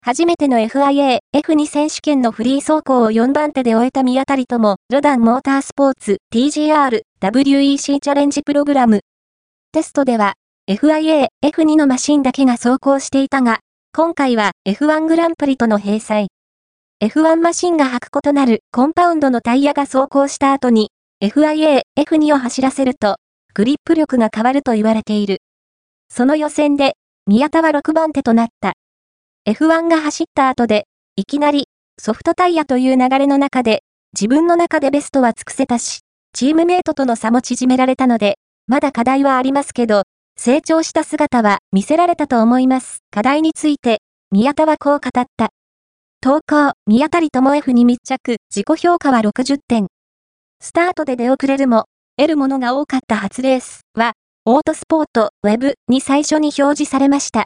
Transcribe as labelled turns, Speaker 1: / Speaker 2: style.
Speaker 1: 初めての FIA F2 選手権のフリー走行を4番手で終えた宮田理友、ロダンモータースポーツ TGR WEC チャレンジプログラム。テストでは FIA F2 のマシンだけが走行していたが、今回は F1 グランプリとの併載。F1 マシンが履くことなるコンパウンドのタイヤが走行した後に FIA F2 を走らせると、グリップ力が変わると言われている。その予選で宮田は6番手となった。F1 が走った後で、いきなり、ソフトタイヤという流れの中で、自分の中でベストは尽くせたし、チームメイトとの差も縮められたので、まだ課題はありますけど、成長した姿は見せられたと思います。課題について、宮田はこう語った。投稿、宮田理友 F に密着、自己評価は60点。スタートで出遅れるも、得るものが多かった初レースは、オートスポートウェブに最初に表示されました。